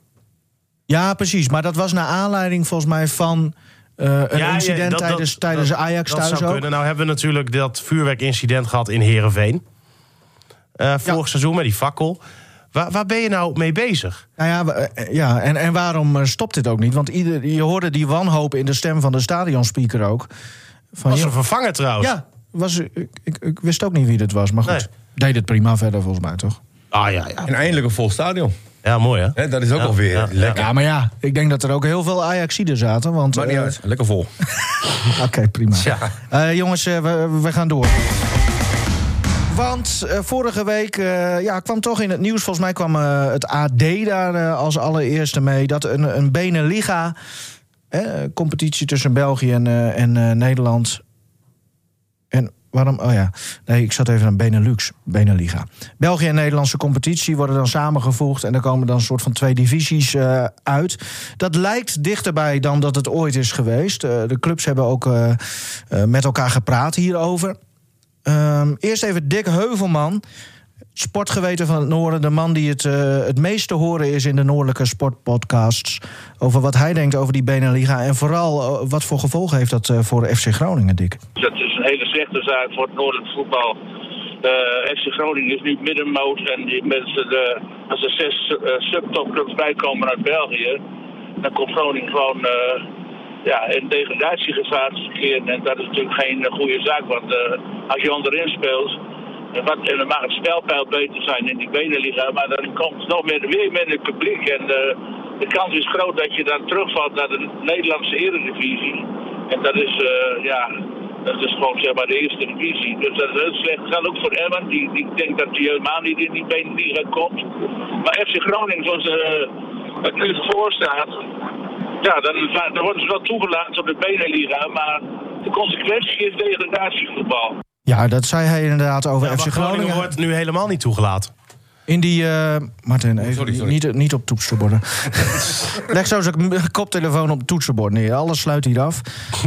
Ja, precies. Maar dat was naar aanleiding volgens mij van uh, een Ja, ja, incident dat- dat- tijdens, tijdens dat- Ajax dat thuis zou ook. kunnen. Nou hebben we natuurlijk dat vuurwerkincident gehad in Heerenveen. Uh, vorig seizoen met die fakkel. Waar, waar ben je nou mee bezig? Nou ja, we- uh, ja en, en waarom uh, stopt dit ook niet? Want ieder, je hoorde die wanhoop in de stem van de stadionspeaker ook. Van, Was joh, een vervanger trouwens. ja, was, ik, ik, ik wist ook niet wie dit was, maar goed. Nee. Deed het prima verder volgens mij, toch? Ah ja, ja. En eindelijk een vol stadion. Ja, mooi hè? Hè, dat is ook Ja, alweer ja, lekker. Ja, maar ja, ik denk dat er ook heel veel Ajaxiden zaten. Want, Maakt niet uh, uit. Lekker vol. Oké, prima. Ja. Uh, jongens, uh, we, we gaan door. Want uh, vorige week uh, ja, kwam toch in het nieuws... volgens mij kwam uh, het A D daar uh, als allereerste mee... dat een, een Beneliga, eh, competitie tussen België en, uh, en uh, Nederland... en waarom? Oh ja, nee, ik zat even aan Benelux, Beneliga. België en Nederlandse competitie worden dan samengevoegd... en er komen dan een soort van twee divisies uh, uit. Dat lijkt dichterbij dan dat het ooit is geweest. Uh, de clubs hebben ook uh, uh, met elkaar gepraat hierover... Um, eerst even Dick Heuvelman, het sportgeweten van het Noorden... de man die het, uh, het meest te horen is in de Noordelijke sportpodcasts... over wat hij denkt over die Beneliga... en vooral uh, wat voor gevolgen heeft dat uh, voor F C Groningen, Dick? Dat is een hele slechte zaak voor het Noordelijk voetbal. Uh, F C Groningen is nu middenmoot en die mensen de, als er zes uh, subtopclubs bijkomen uit België... dan komt Groningen gewoon... Uh, ja, in degradatiegevaar te verkeren. En dat is natuurlijk geen uh, goede zaak, want uh, als je onderin speelt, uh, wat, en dan mag het spelpeil beter zijn in die Beneliga, maar dan komt nog meer, weer minder publiek. En uh, de kans is groot dat je dan terugvalt naar de Nederlandse Eredivisie. En dat is, uh, ja, dat is gewoon zeg maar de eerste divisie. Dus dat is heel slecht. Dat gaat ook voor Emmen. Die, die denkt dat hij helemaal niet in die Beneliga komt. Maar F C Groningen, zoals uh, het nu voor staat, ja, dan, dan worden ze wel toegelaten op de Beneliga. Maar de consequentie is degradatievoetbal. Ja, dat zei hij inderdaad over Ja, F C Groningen. Groningen wordt nu helemaal niet toegelaten. In die... Uh, Martin, even sorry, sorry. Niet, niet op toetsenborden. Leg zo zijn koptelefoon op het toetsenbord neer. Alles sluit hier af.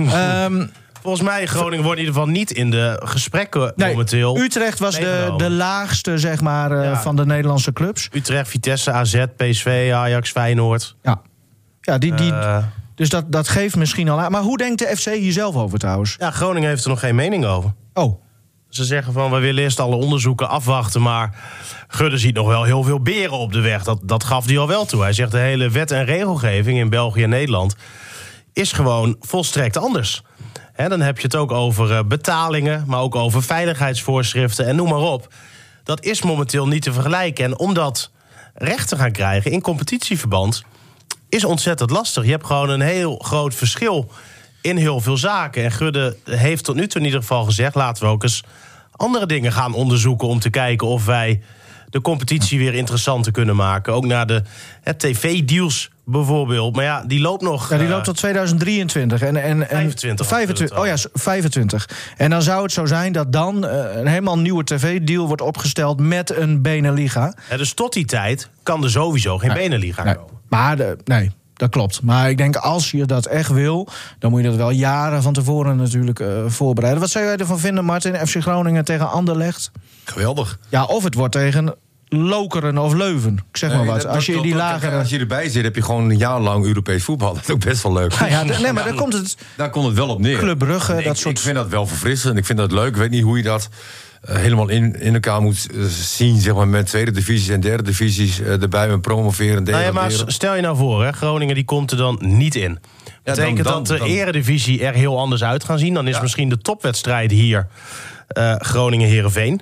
um, Volgens mij, Groningen wordt in ieder geval niet in de gesprekken nee, momenteel. Utrecht was de, de laagste, zeg maar, uh, Ja. van de Nederlandse clubs. Utrecht, Vitesse, A Z, P S V, Ajax, Feyenoord. Ja, ja die, die, Uh, dus dat, dat geeft misschien al aan. Maar hoe denkt de F C hier zelf over trouwens? ja, Groningen heeft er nog geen mening over. Oh, Ze zeggen van, we willen eerst alle onderzoeken afwachten, maar Gudde ziet nog wel heel veel beren op de weg. Dat, dat gaf hij al wel toe. Hij zegt, de hele wet en regelgeving in België en Nederland is gewoon volstrekt anders. He, dan heb je het ook over uh, betalingen, maar ook over veiligheidsvoorschriften en noem maar op. Dat is momenteel niet te vergelijken. En om dat recht te gaan krijgen in competitieverband is ontzettend lastig. Je hebt gewoon een heel groot verschil in heel veel zaken. En Gudde heeft tot nu toe in ieder geval gezegd, laten we ook eens andere dingen gaan onderzoeken om te kijken of wij de competitie weer interessanter kunnen maken. Ook naar de tv-deals bijvoorbeeld. Maar ja, die loopt nog... ja, die uh, loopt tot tweeduizend drieëntwintig. En, en, en vijfentwintig. vijfentwintig. Oh ja, vijfentwintig. En dan zou het zo zijn dat dan uh, een helemaal nieuwe tv-deal wordt opgesteld met een Beneliga. Ja, dus tot die tijd kan er sowieso geen Nee. Beneliga Nee. komen. Maar de, nee, dat klopt. Maar ik denk, als je dat echt wil, dan moet je dat wel jaren van tevoren natuurlijk uh, voorbereiden. Wat zou jij ervan vinden, Martin? F C Groningen tegen Anderlecht? Geweldig. Ja, of het wordt tegen Lokeren of Leuven. Ik zeg maar Nee, wat. dat- Als je in dat- die dat- lagere... Als je erbij zit, heb je gewoon een jaar lang Europees voetbal. Dat is ook best wel leuk. Ja, ja, nee, maar dan komt het Daar komt het wel op neer. Club Brugge, En ik, dat soort... ik vind dat wel verfrissend. Ik vind dat leuk. Ik weet niet hoe je dat uh, helemaal in, in elkaar moet uh, zien. Zeg maar, met tweede divisies en derde divisies uh, erbij met promoveren. Nou ja, maar degraderen. stel je nou voor, hè, Groningen die komt er dan niet in. Dat dan- betekent dan- dat de dan- eredivisie er heel anders uit gaan zien. Dan is Ja. misschien de topwedstrijd hier uh, Groningen-Heerenveen.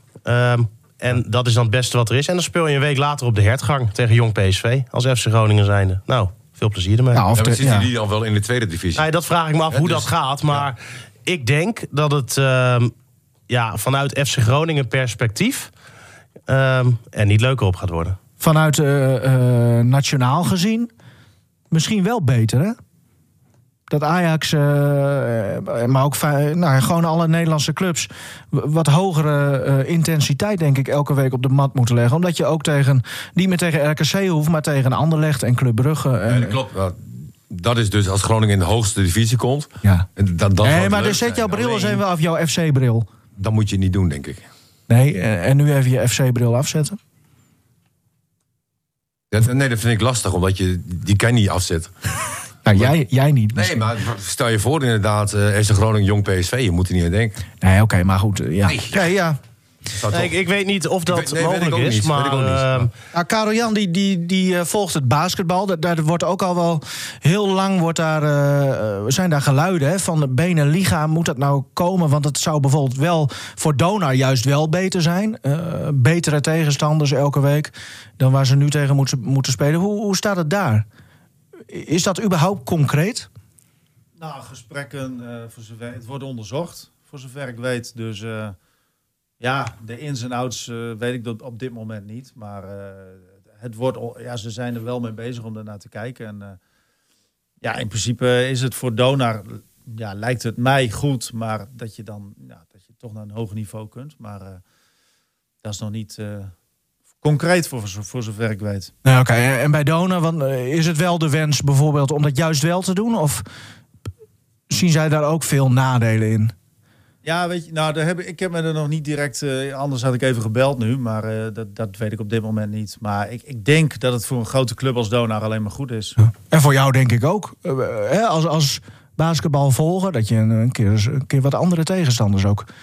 Um, en dat is dan het beste wat er is. En dan speel je een week later op de hertgang tegen Jong P S V. Als F C Groningen zijnde. Nou, veel plezier ermee. Nou, of Ja, maar de- zitten ja. die dan wel in de tweede divisie? Nee, dat vraag ik me af Ja, hoe dus- dat gaat. Maar ik denk dat het um, ja, vanuit F C Groningen perspectief um, er niet leuker op gaat worden. Vanuit uh, uh, nationaal gezien misschien wel beter, hè? Dat Ajax, uh, maar ook nou, gewoon alle Nederlandse clubs wat hogere uh, intensiteit, denk ik, elke week op de mat moeten leggen. Omdat je ook tegen, niet meer tegen R K C hoeft, maar tegen Anderlecht en Club Brugge. En, Ja, dat klopt. Ja, dat is dus als Groningen in de hoogste divisie komt. Ja. En dan, dan zal Nee, het maar leuk dus zet zijn. jouw bril eens Alleen, even af, jouw F C-bril. Dat moet je niet doen, denk ik. Nee, en nu even je F C-bril afzetten. Dat, nee, dat vind ik lastig, omdat je die kan je niet afzetten. Nou, jij, jij niet. Nee, maar stel je voor inderdaad, uh, F C Groningen, Jong P S V, je moet er niet aan denken. Nee, oké, okay, maar goed. Ja, Nee. ja, ja. Zou Nee, toch- ik, ik weet niet of dat weet- nee, weet ik mogelijk ook is. niet, Maar weet ik ook niet. ehm, Nou, Karel Jan die, die, die uh, volgt het basketbal. Daar, daar wordt ook al wel heel lang wordt daar, uh, zijn daar geluiden hè, van de Beneliga. Moet dat nou komen? Want het zou bijvoorbeeld wel voor Donar juist wel beter zijn. Uh, betere tegenstanders elke week dan waar ze nu tegen moeten, moeten spelen. Hoe, hoe staat het daar? Is dat überhaupt concreet? Nou, gesprekken, uh, voor zover, het wordt onderzocht, voor zover ik weet. Dus uh, ja, de ins en outs uh, weet ik dat op dit moment niet. Maar uh, het wordt, ja, ze zijn er wel mee bezig om ernaar te kijken. En uh, ja, in principe is het voor Donar, ja, lijkt het mij goed. Maar dat je dan ja, dat je toch naar een hoger niveau kunt. Maar uh, dat is nog niet uh, concreet voor, voor zover ik weet. Nou, oké. Okay. En bij Donar, want, uh, is het wel de wens bijvoorbeeld om dat juist wel te doen? Of zien zij daar ook veel nadelen in? Ja, weet je, nou, daar heb ik, ik heb me er nog niet direct... Uh, anders had ik even gebeld nu, maar uh, dat, dat weet ik op dit moment niet. Maar ik, ik denk dat het voor een grote club als Donar alleen maar goed is. Ja. En voor jou denk ik ook. Uh, hè, als, als basketbalvolger, dat je een, een, keer, een keer wat andere tegenstanders ook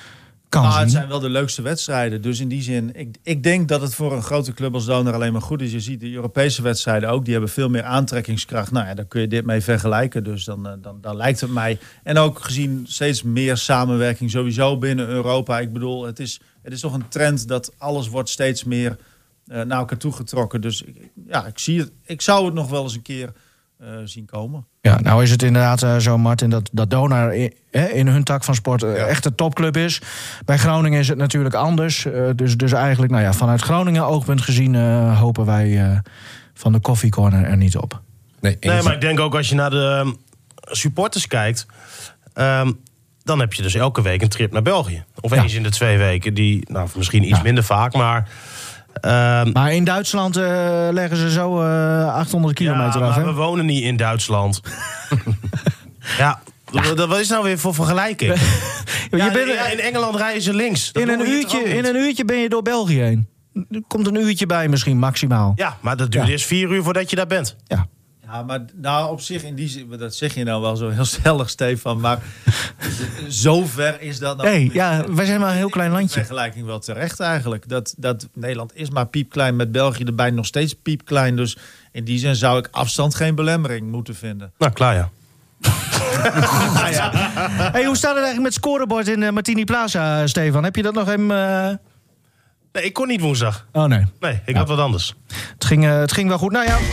kan Maar zien. het zijn wel de leukste wedstrijden. Dus in die zin, ik, ik denk dat het voor een grote club als Donar alleen maar goed is. Je ziet de Europese wedstrijden ook, die hebben veel meer aantrekkingskracht. Nou ja, daar kun je dit mee vergelijken. Dus dan, dan, dan lijkt het mij. En ook gezien steeds meer samenwerking sowieso binnen Europa. Ik bedoel, het is, het is toch een trend dat alles wordt steeds meer uh, naar elkaar toe getrokken. Dus ik, ja, ik zie het. Ik zou het nog wel eens een keer uh, zien komen. Ja, nou is het inderdaad uh, zo, Martin, dat, dat Donar in, in hun tak van sport uh, Ja. echt een topclub is. Bij Groningen is het natuurlijk anders. Uh, dus, dus eigenlijk, nou ja, vanuit Groningen oogpunt gezien uh, hopen wij uh, van de Coffee Corner er niet op. Nee, Nee, eens. maar ik denk ook als je naar de um, supporters kijkt... Um, dan heb je dus elke week een trip naar België. Of Ja. eens in de twee weken. Die, nou, misschien iets Ja. minder vaak, maar... Um, Maar in Duitsland uh, leggen ze zo uh, achthonderd kilometer ja, af. maar Hè? we wonen niet in Duitsland. ja, wat wat is nou weer voor vergelijking? Je Ja, bent, in, in Engeland rijden ze links. Dat in, doen een we hier uurtje, toch ook in niet? een uurtje ben je door België heen. Er komt een uurtje bij misschien, maximaal. Ja, maar dat duurt Ja. eerst vier uur voordat je daar bent. Ja. Ja, maar nou op zich in die zin, dat zeg je nou wel zo heel stellig, Stefan. Maar zover is dat nou. Nee, ja, wij zijn maar een heel klein De landje. vergelijking wel terecht eigenlijk. Dat, dat Nederland is maar piepklein, met België erbij nog steeds piepklein. Dus in die zin zou ik afstand geen belemmering moeten vinden. Nou, klaar ja. Hey, hoe staat het eigenlijk met het scorebord in uh, Martini Plaza, Stefan? Heb je dat nog even... Uh... Nee, ik kon niet woensdag. Oh nee, Nee, ik had wat anders. het ging, uh, het ging wel goed. Nou ja,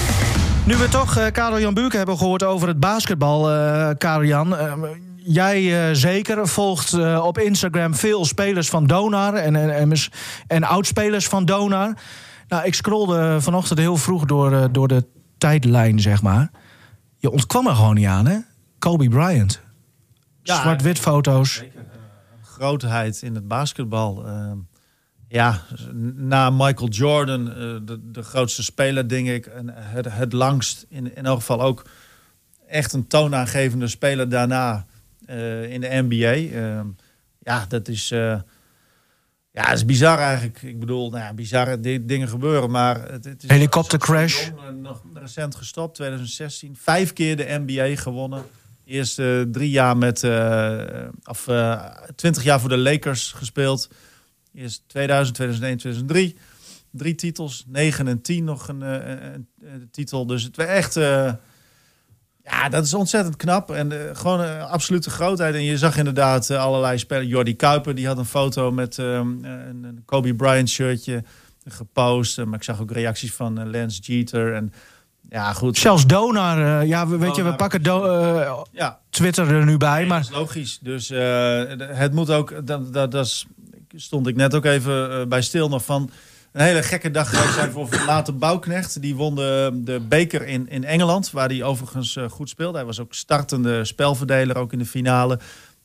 nu we toch uh, Karel-Jan Buurken hebben gehoord over het basketbal, uh, Karel-Jan... Uh, Jij uh, zeker volgt uh, op Instagram veel spelers van Donar en, en, en, en oudspelers van Donar. Nou, ik scrollde vanochtend heel vroeg door, uh, door de tijdlijn, zeg maar. Je ontkwam er gewoon niet aan, hè? Kobe Bryant. Ja, Zwart-wit foto's. Grootheid in het basketbal. Uh, ja, na Michael Jordan, uh, de, de grootste speler, denk ik. En het, het langst, in, in elk geval ook echt een toonaangevende speler daarna uh, in de N B A. Uh, ja, dat is... Uh, Ja, het is bizar eigenlijk. Ik bedoel, nou ja, bizarre di- dingen gebeuren, maar... Het, het is Helikoptercrash. Jong, uh, nog recent gestopt, twintig zestien. Vijf keer de N B A gewonnen. Eerst uh, drie jaar met... Uh, of uh, twintig jaar voor de Lakers gespeeld. Eerst tweeduizend, tweeduizend één, tweeduizend drie. Drie titels. negen en tien nog een, uh, een, een titel. Dus het was echt... Uh, ja, dat is ontzettend knap. En uh, gewoon een absolute grootheid. En je zag inderdaad uh, allerlei spelers. Jordi Kuiper, die had een foto met uh, een, een Kobe Bryant shirtje gepost. Uh, maar ik zag ook reacties van uh, Lance Jeter. En ja, goed. Zelfs Donar, uh, ja, we, weet je, we Donar. pakken do, uh, Ja, Twitter er nu bij, dat maar... is logisch. Dus uh, het moet ook... Dat, dat, dat is, stond ik net ook even uh, bij stil nog van... Een hele gekke dag geweest zijn voor Later Bouwknecht. Die won de, de beker in, in Engeland, waar hij overigens uh, goed speelde. Hij was ook startende spelverdeler, ook in de finale.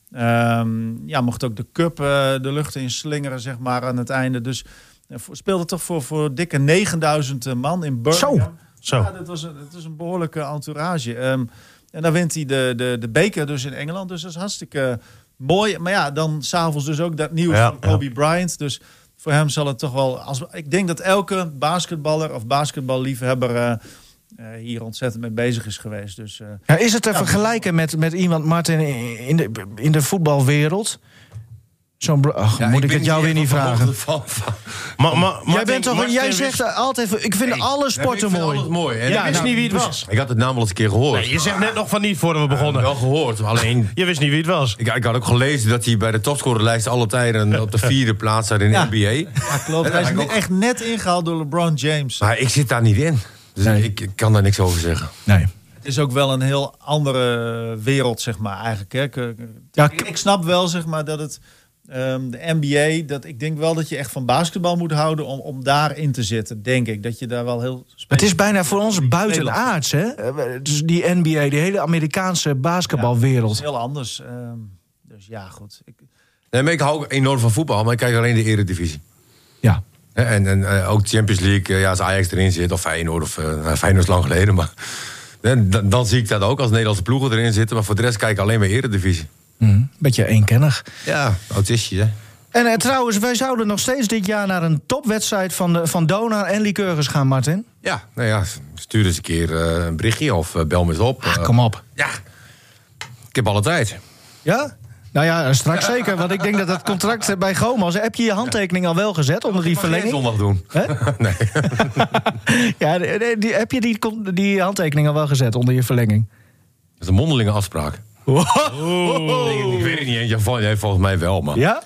Um, ja, mocht ook de cup uh, de lucht in slingeren, zeg maar, aan het einde. Dus uh, voor, speelde toch voor, voor dikke negenduizend man in Birmingham. Zo. Ja, dat was een, dat was een behoorlijke entourage. Um, en dan wint hij de, de, de beker dus in Engeland. Dus dat is hartstikke mooi. Maar ja, dan s'avonds dus ook dat nieuws Ja, van Kobe ja. Bryant. Dus voor hem zal het toch wel... Als, ik denk dat elke basketballer of basketballiefhebber uh, uh, hier ontzettend mee bezig is geweest. Dus, uh, Ja, is het te Ja, vergelijken met, met iemand, Martin, in de, in de voetbalwereld? Zo'n bro- Ach, Ja, moet ik, ben het jou weer echt niet op de vragen? hoogte van- van- Maar, maar, Jij, Martin- bent toch, Martin jij wist- zegt altijd, ik vind alle Ja, maar sporten ik vind mooi. alles mooi. En Je ik wist nou, niet wie het dus- was. Ik had het naam al eens een keer gehoord. Nee, je zegt net nog van niet voordat we Ja, begonnen. wel gehoord, alleen... Je wist niet wie het was. Ik, ik had ook gelezen dat hij bij de topscorerlijst alle tijden op de vierde plaats staat in de Ja. N B A. ja, klopt. Hij is ik ne- ook- echt net ingehaald door LeBron James. Maar ik zit daar niet in. Dus Nee. ik, ik kan daar niks over zeggen. Nee. Het is ook wel een heel andere wereld, zeg maar, eigenlijk. Hè. Ik, Ja, ik, ik snap wel, zeg maar, dat het... Um, de N B A, dat ik denk wel dat je echt van basketbal moet houden om, om daarin te zitten, denk ik. Dat je daar wel heel... Het is bijna voor ons Nederland. buitenaards, hè? Dus die N B A, die hele Amerikaanse Het basketbalwereld. is heel anders. Um, dus ja, goed. Ik, Nee, maar ik hou ook enorm van voetbal, maar ik kijk alleen de eredivisie. Ja. Hè, En, en uh, ook Champions League, uh, ja, als Ajax erin zit, of Feyenoord, of uh, nou, Feyenoord is lang geleden. Maar hè, dan, dan zie ik dat ook als Nederlandse ploegen erin zitten. Maar voor de rest kijk ik alleen maar eredivisie. Hm, beetje eenkennig. Ja, autistjes, hè. En uh, trouwens, wij zouden nog steeds dit jaar naar een topwedstrijd van, de, van Donar en Lycurgus gaan, Martin. Ja, nou ja, stuur eens een keer uh, een berichtje of uh, bel me eens op. Ah, Uh, kom op. Ja, ik heb alle tijd. Ja? Nou ja, straks zeker. Want ik denk dat het contract bij Gomas... Heb je je handtekening al wel gezet onder die verlenging? Zondag doen. Nee. Ja, die, die, heb je die, die handtekening al wel gezet onder je verlenging? Dat is een mondelinge afspraak. Wow. Ik, ik weet het niet eens. Jij volgens mij wel, man. Ja?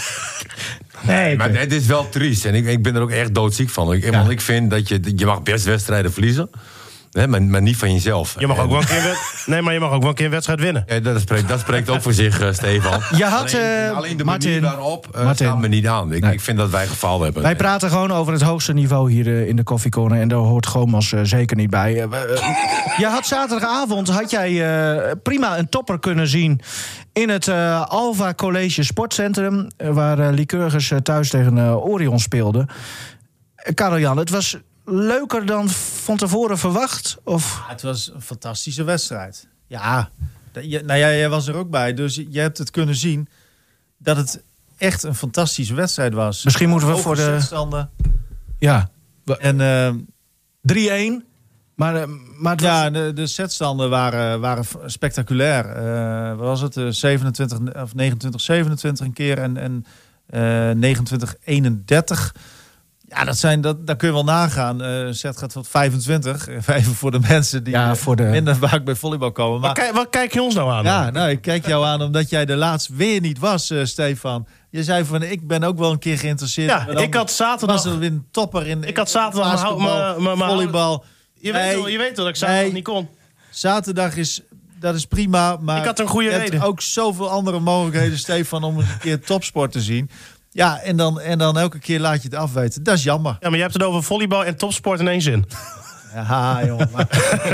Nee, maar het is wel triest. En ik, ik ben er ook echt doodziek van. Ik, ja. Want ik vind dat je... Je mag best wedstrijden verliezen. Hè, maar, maar niet van jezelf. Je mag en, ook wel een keer, nee, maar je mag ook wel een keer een wedstrijd winnen. Ja, dat, spreekt, dat spreekt ook voor zich, uh, Stefan. Je had, alleen, uh, alleen de Martin, manier daarop uh, Martin. staan we niet aan. Ik, Nee. ik vind dat wij gefaald hebben. Wij praten gewoon over het hoogste niveau hier uh, in de Koffie Corner. En daar hoort Gomas uh, zeker niet bij. Uh, uh, je had zaterdagavond had jij uh, prima een topper kunnen zien... in het uh, Alva College Sportcentrum... Uh, waar uh, Lycurgus uh, thuis tegen uh, Orion speelde. Uh, Karel-Jan, het was... leuker dan van tevoren verwacht? Of? Ja, het was een fantastische wedstrijd. Ja, je, nou ja, jij was er ook bij. Dus je hebt het kunnen zien dat het echt een fantastische wedstrijd was. Misschien moeten we Hoge voor de... setstanden. Ja. En uh, drie-een. Maar, uh, maar het ja, was... de, de setstanden waren, waren spectaculair. Uh, wat was het? Uh, zevenentwintig of negenentwintig zevenentwintig een keer en, en uh, negenentwintig eenendertig. Ja, dat zijn, dat, daar kun je wel nagaan. Uh, set gaat tot vijfentwintig. Even voor de mensen die ja, voor de... minder vaak bij volleybal komen. Maar, Wat, kijk, wat kijk je ons nou aan? Ja, nou, ik kijk jou aan omdat jij de laatst weer niet was, uh, Stefan. Je zei van, ik ben ook wel een keer geïnteresseerd. Ja, ik had zaterdag... was er weer een topper in Ik had zaterdag basketbal, mijn- mijn- volleybal. Je weet, Nee, wel, je weet wel dat ik zaterdag nee. niet kon. Zaterdag is... Dat is prima, maar Ik had een goede je hebt reden. ook zoveel andere mogelijkheden, Stefan, om eens een keer topsport te zien. Ja, en dan, en dan elke keer laat je het afweten. Dat is jammer. Ja, maar je hebt het over volleybal en topsport in één zin. Ja, jongen. Maar,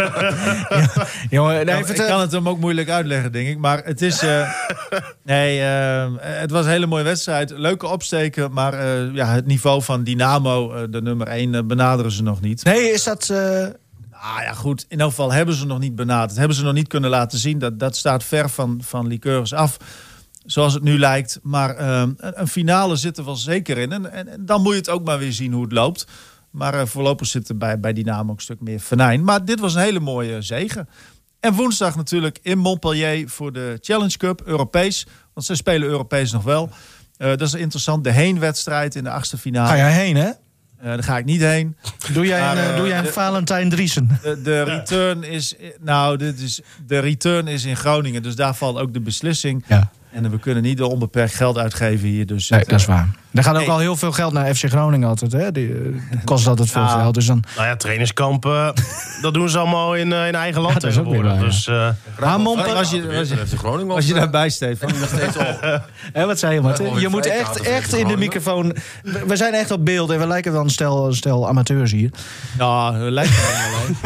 Jongen, nee, ja, even ik te- kan het hem ook moeilijk uitleggen, denk ik. Maar het is... Uh, nee, uh, het was een hele mooie wedstrijd. Leuke opsteken, maar uh, ja, het niveau van Dynamo, uh, de nummer één, uh, benaderen ze nog niet. Nee, is dat... Uh... Ah ja, goed. In elk geval hebben ze nog niet benaderd. Hebben ze nog niet kunnen laten zien. Dat, dat staat ver van, van Lycurgus af. Zoals het nu lijkt. Maar uh, een, een finale zit er wel zeker in. En, en, en dan moet je het ook maar weer zien hoe het loopt. Maar uh, voorlopig zit er bij, bij Dynamo een stuk meer venijn. Maar dit was een hele mooie zege. En woensdag natuurlijk in Montpellier voor de Challenge Cup, Europees. Want ze spelen Europees nog wel. Uh, dat is interessant. De heenwedstrijd in de achtste finale. Ga jij heen, hè? Uh, daar ga ik niet heen. Doe jij Maar, een, uh, uh, doe jij een de- Valentijn Driesen? De, de return is, nou, dit is, de return is in Groningen, dus daar valt ook de beslissing. Ja. En we kunnen niet onbeperkt geld uitgeven hier. Dus Nee, het, dat is uh, waar. Er gaat ook nee. al heel veel geld naar F C Groningen altijd, hè? Die uh, kost altijd veel Ja. geld. Dus dan... Nou ja, trainingskampen, dat doen ze allemaal in, uh, in eigen land Ja, dat is ook weer tegenwoordig. waar, ja. Dus uh, Ah, Montpe- was je, was je, F C Groningen was je daarbij, Stefan? nog steeds op. Hè, wat zei je, Martin? Ja, gewoon Je weer moet echt, vrijkaarten echt voor in de Groningen. microfoon... We we zijn echt op beeld en we lijken wel een stel, stel amateurs hier. Nou, lijkt me niet alleen.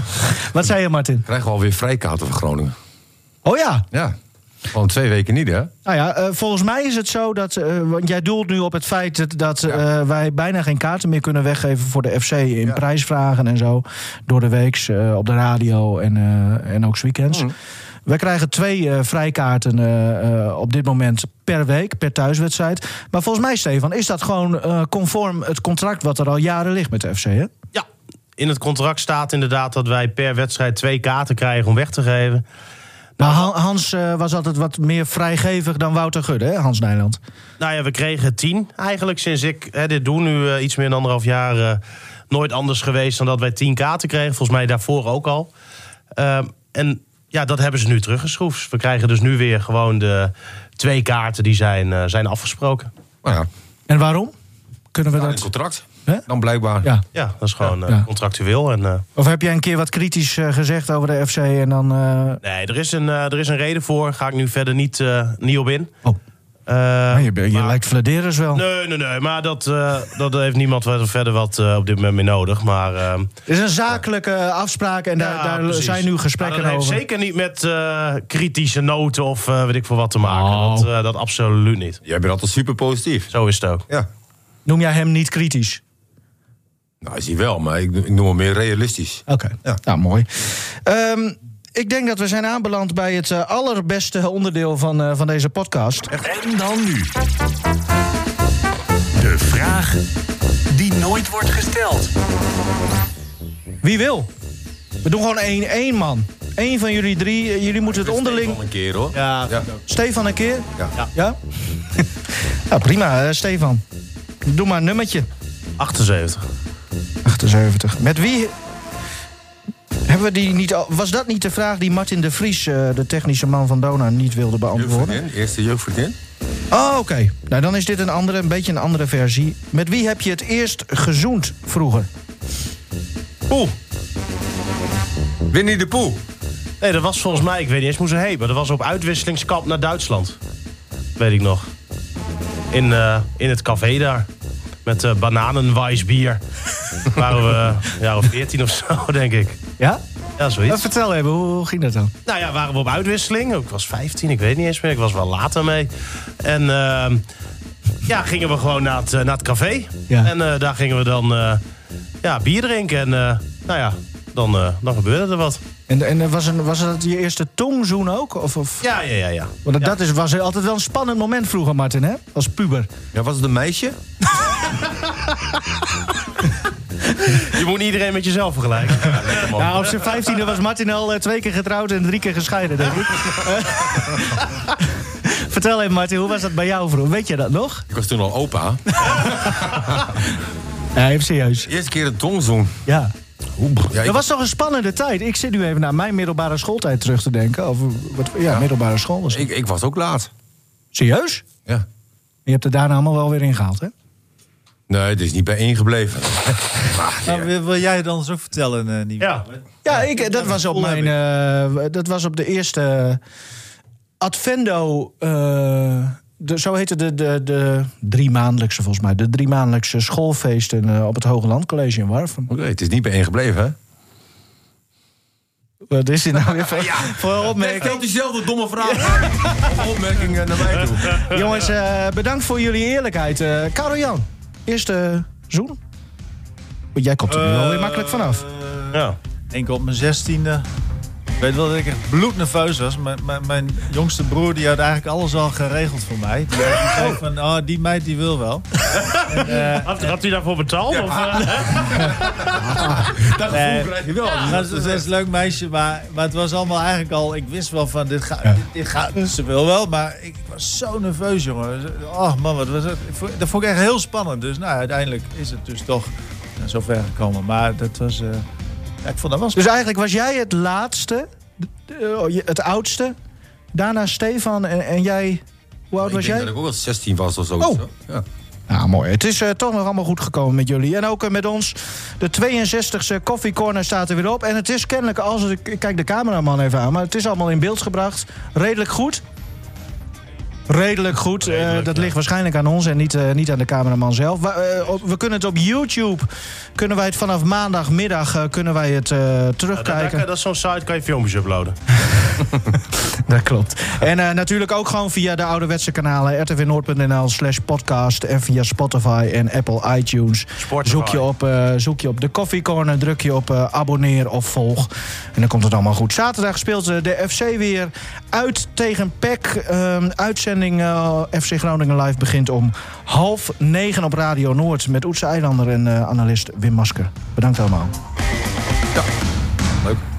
Wat zei je, Martin? Krijgen we alweer vrijkaarten voor Groningen. Oh ja, Ja. Gewoon twee weken niet, hè? nou ja, eh, volgens mij is het zo dat... eh, want jij doelt nu op het feit dat, dat eh, wij bijna geen kaarten meer kunnen weggeven voor de F C in Ja. prijsvragen en zo. Door de weeks eh, op de radio en, eh, en ook 's weekends. Mm. Wij krijgen twee eh, vrijkaarten eh, eh, op dit moment per week, per thuiswedstrijd. Maar volgens mij, Stefan, is dat gewoon eh, conform het contract wat er al jaren ligt met de F C, hè? ja, in het contract staat inderdaad dat wij per wedstrijd twee kaarten krijgen om weg te geven. Maar Han- Hans eh, was altijd wat meer vrijgevig dan Wouter Gudde, hè, Hans Nijland? Nou ja, we kregen tien eigenlijk sinds ik hè, dit doe nu uh, iets meer dan anderhalf jaar. Uh, nooit anders geweest dan dat wij tien kaarten kregen. Volgens mij daarvoor ook al. Uh, en ja, dat hebben ze nu teruggeschroefd. We krijgen dus nu weer gewoon de twee kaarten die zijn, uh, zijn afgesproken. Nou ja, En waarom? Kunnen we een dat... contract. Hè? Dan blijkbaar. Ja. Ja, dat is gewoon uh, Ja. contractueel. En, uh, Of heb jij een keer wat kritisch eh, gezegd over de F C en dan... eh, nee, er is, een, uh, er is een reden voor. Ga ik nu verder niet, uh, niet op in. Oh. Uh, nou, je je maar- lijkt Vladeris wel. Nee, nee, nee. Maar dat, uh, dat heeft niemand wat- verder wat uh, op dit moment meer nodig. Maar uh, Het is een zakelijke afspraak en daar, ja, daar precies. zijn nu Maar gesprekken dat heeft over. zeker niet met uh, kritische noten of uh, weet ik veel wat te maken. Oh. Dat, uh, dat absoluut niet. Jij bent altijd super positief. Zo is het ook. Ja. Noem jij hem niet kritisch? Nou, is hij wel, maar ik, ik noem hem meer realistisch. Oké, Ja. nou mooi. Ehm, ik denk dat we zijn aanbeland bij het eh, allerbeste onderdeel van, eh, van deze podcast. En dan nu. De vraag die nooit wordt gesteld. Wie wil? We doen gewoon één één man. Eén van jullie drie, eh, jullie moeten het onderling... Stefan een keer, hoor. Ja, Ja. Stefan een keer? Ja. Ja? Ja, nou, prima, eh, Stefan. Doe maar een nummertje. achtenzeventig. achtenzeventig. Met wie... Hebben we die niet al... Was dat niet de vraag die Martin de Vries, eh, de technische man van Dona, niet wilde beantwoorden? Jeugdvriendin, eerste jeugdvriendin. Oh, oké. Okay. Nou, dan is dit een andere, een beetje een andere versie. Met wie heb je het eerst gezoend vroeger? Poel. Winnie de Poel. Nee, dat was volgens mij, ik weet niet eens hoe ze heet... maar dat was op uitwisselingskamp naar Duitsland. Weet ik nog. In, uh, in het café daar. Met uh, bananenweisbier. Waren we een jaar of veertien of zo, denk ik. Ja? Ja, zoiets. Uh, vertel even, hoe, hoe ging dat dan? Nou ja, waren we op uitwisseling. Ik was vijftien, ik weet niet eens meer. Ik was wel later mee. En uh, ja, gingen we gewoon naar het, uh, naar het café. Ja. En uh, daar gingen we dan uh, ja, bier drinken. En uh, nou ja, dan, uh, dan gebeurde er wat. En, en was, een, was dat je eerste tongzoen ook? Of, of? Ja, ja, ja. ja. Want dat ja. is, was altijd wel een spannend moment vroeger, Martin, hè? Als puber. Ja, was het een meisje? Je moet niet iedereen met jezelf vergelijken. Ja, Nou, op zijn vijftiende was Martin al uh, twee keer getrouwd en drie keer gescheiden, denk ik. Vertel even, Martin, hoe was dat bij jou vroeger? Weet je dat nog? Ik was toen al opa. Nee, even serieus. Eerste keer een tongzoen. Ja. Ja, ik Dat was toch een spannende tijd? Ik zit nu even naar mijn middelbare schooltijd terug te denken. Of, wat, ja, ja, middelbare school was het. Ik, ik was ook laat. Serieus? Ja. Je hebt er daarna allemaal wel weer ingehaald, hè? Nee, het is niet bijeengebleven. Nou, wil, wil jij het anders ook vertellen, uh, Nico? Ja. Ja, ik, dat was op mijn. Uh, dat was op de eerste Advendo. Uh, de, zo heette de, de, de drie maandelijkse, volgens mij. De drie maandelijkse schoolfeesten uh, op het Hogeland College in Warfum. Oké, het is niet bijeengebleven, hè? Wat is dit nou weer voor, voor een opmerking? Stelt diezelfde domme vraag. Een opmerking uh, naar mij toe. Jongens, uh, bedankt voor jullie eerlijkheid. Uh, Karel-Jan, eerste zoen? Want jij komt er nu wel weer makkelijk vanaf. Ja. Eén keer op mijn zestiende. Ik weet wel dat ik echt bloednerveus was. Mijn, mijn, mijn jongste broer die had eigenlijk alles al geregeld voor mij. Die zei van, oh, die meid die wil wel. En, uh, Had, had u daarvoor betaald? Ja. Of, uh? Dat Nee. gevoel krijg je wel. Maar het is een leuk meisje, maar, maar het was allemaal eigenlijk al... Ik wist wel van, dit gaat, dit, dit gaat, ze wil wel, maar ik, ik was zo nerveus, jongen. Oh man, wat was het? Dat vond ik echt heel spannend. Dus nou, uiteindelijk is het dus toch uh, zo ver gekomen. Maar dat was... Uh, ja, ik vond dat wel Dus spannend. eigenlijk was jij het laatste, uh, het oudste. Daarna Stefan en, en jij... Hoe oud Ik was denk jij? dat ik ook al zestien was of zo. Oh. Ja. Ja, mooi. Het is uh, toch nog allemaal goed gekomen met jullie. En ook uh, met ons. De tweeënzestigste Coffee Corner staat er weer op. En het is kennelijk, als het, ik kijk de cameraman even aan... maar het is allemaal in beeld gebracht. Redelijk goed. Redelijk goed. Redelijk, uh, dat ja. ligt waarschijnlijk aan ons en niet, uh, niet aan de cameraman zelf. We, uh, op- we kunnen het op YouTube... kunnen wij het vanaf maandagmiddag uh, kunnen wij het uh, Ja, terugkijken. dat, dat is zo'n site, kan je filmpjes uploaden. Dat klopt. En uh, natuurlijk ook gewoon via de ouderwetse kanalen... r t v noord punt n l slash podcast... en via Spotify en Apple iTunes. Spotify. Zoek je, op, uh, zoek je op de Coffee Corner, druk je op uh, abonneer of volg. En dan komt het allemaal goed. Zaterdag speelt uh, de F C weer uit tegen P E C. Um, uitzending uh, F C Groningen Live begint om half negen op Radio Noord... met Oetse Eilander en uh, analist Wim Masker. Bedankt allemaal. Leuk.